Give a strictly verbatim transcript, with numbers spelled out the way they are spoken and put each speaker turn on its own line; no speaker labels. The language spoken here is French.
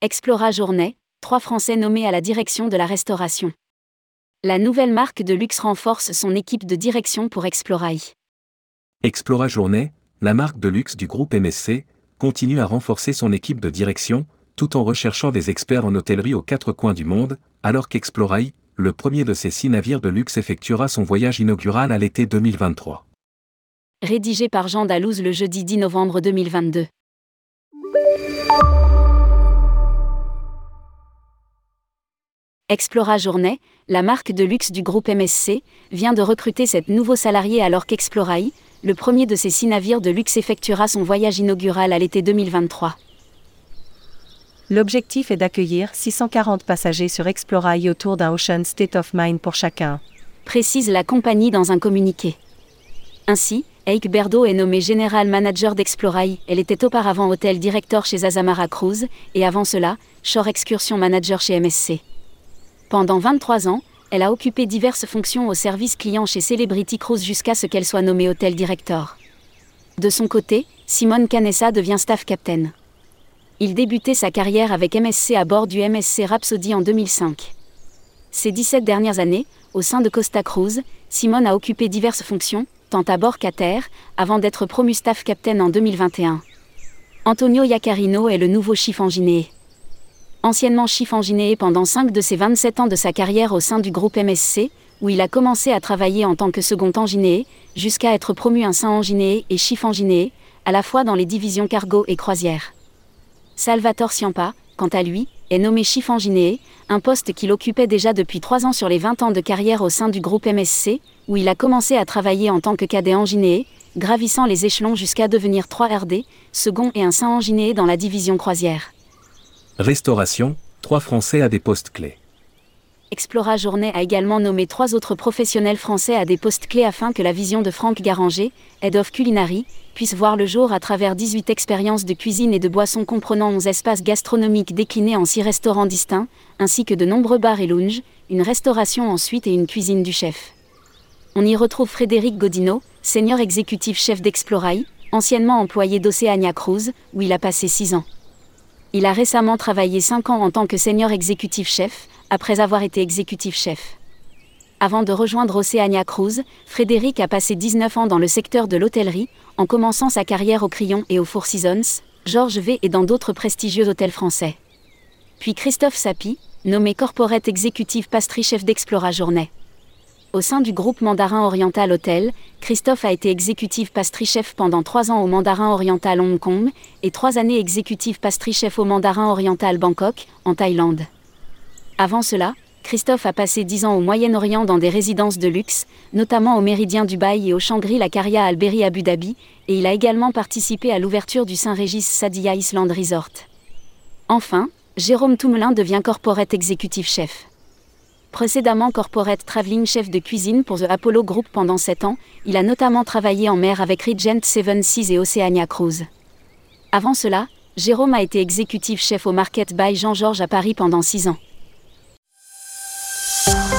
Explora Journey, trois Français nommés à la direction de la restauration. La nouvelle marque de luxe renforce son équipe de direction pour Exploraï.
Explora Journey, la marque de luxe du groupe M S C, continue à renforcer son équipe de direction, tout en recherchant des experts en hôtellerie aux quatre coins du monde, alors qu'Exploraï, le premier de ses six navires de luxe effectuera son voyage inaugural à l'été deux mille vingt-trois.
Rédigé par Jean Dalouse le jeudi dix novembre deux mille vingt-deux. Explora Journey, la marque de luxe du groupe M S C, vient de recruter sept nouveaux salariés alors qu'Exploraï, le premier de ses six navires de luxe effectuera son voyage inaugural à l'été deux mille vingt-trois.
L'objectif est d'accueillir six cent quarante passagers sur Exploraï autour d'un Ocean State of Mind pour chacun,
précise la compagnie dans un communiqué. Ainsi, Eike Berdo est nommée General Manager d'Exploraï. Elle était auparavant Hotel Director chez Azamara Cruise, et avant cela, Shore Excursion Manager chez M S C. Pendant vingt-trois ans, elle a occupé diverses fonctions au service client chez Celebrity Cruise jusqu'à ce qu'elle soit nommée Hotel Director. De son côté, Simone Canessa devient Staff Captain. Il débutait sa carrière avec M S C à bord du M S C Rhapsody en deux mille cinq. Ces dix-sept dernières années, au sein de Costa Cruise, Simone a occupé diverses fonctions, tant à bord qu'à terre, avant d'être promu Staff Captain en deux mille vingt et un. Antonio Iaccarino est le nouveau chief engineer. Anciennement chief engineer pendant cinq de ses vingt-sept ans de sa carrière au sein du groupe M S C, où il a commencé à travailler en tant que second engineer, jusqu'à être promu un saint engineer et chief engineer, à la fois dans les divisions cargo et croisière. Salvatore Ciampa, quant à lui, est nommé chief engineer, un poste qu'il occupait déjà depuis trois ans sur les vingt ans de carrière au sein du groupe M S C, où il a commencé à travailler en tant que cadet engineer, gravissant les échelons jusqu'à devenir trois R D, second et un saint engineer dans la division croisière.
Restauration, trois Français à des postes clés.
Explora Journey a également nommé trois autres professionnels français à des postes clés afin que la vision de Franck Garanger, Head of Culinary, puisse voir le jour à travers dix-huit expériences de cuisine et de boissons comprenant onze espaces gastronomiques déclinés en six restaurants distincts, ainsi que de nombreux bars et lounges, une restauration ensuite et une cuisine du chef. On y retrouve Frédéric Godineau, senior exécutif chef d'Exploraï, anciennement employé d'Oceania Cruise, où il a passé six ans. Il a récemment travaillé cinq ans en tant que senior exécutif chef, après avoir été exécutif chef. Avant de rejoindre Oceania Cruise, Frédéric a passé dix-neuf ans dans le secteur de l'hôtellerie, en commençant sa carrière au Crillon et au Four Seasons, Georges V et dans d'autres prestigieux hôtels français. Puis Christophe Sapie, nommé Corporate Executive Pastry Chef d'Explora Journey. Au sein du groupe Mandarin Oriental Hotel, Christophe a été exécutif pastry chef pendant trois ans au Mandarin Oriental Hong Kong et trois années exécutif pastry chef au Mandarin Oriental Bangkok, en Thaïlande. Avant cela, Christophe a passé dix ans au Moyen-Orient dans des résidences de luxe, notamment au Méridien Dubaï et au Shangri-La Caria Alberi Abu Dhabi, et il a également participé à l'ouverture du Saint-Régis Sadia Island Resort. Enfin, Jérôme Toumelin devient Corporate Executive Chef. Précédemment Corporate Traveling Chef de cuisine pour The Apollo Group pendant sept ans, il a notamment travaillé en mer avec Regent Seven Seas et Oceania Cruise. Avant cela, Jérôme a été exécutif chef au Market by Jean-Georges à Paris pendant six ans.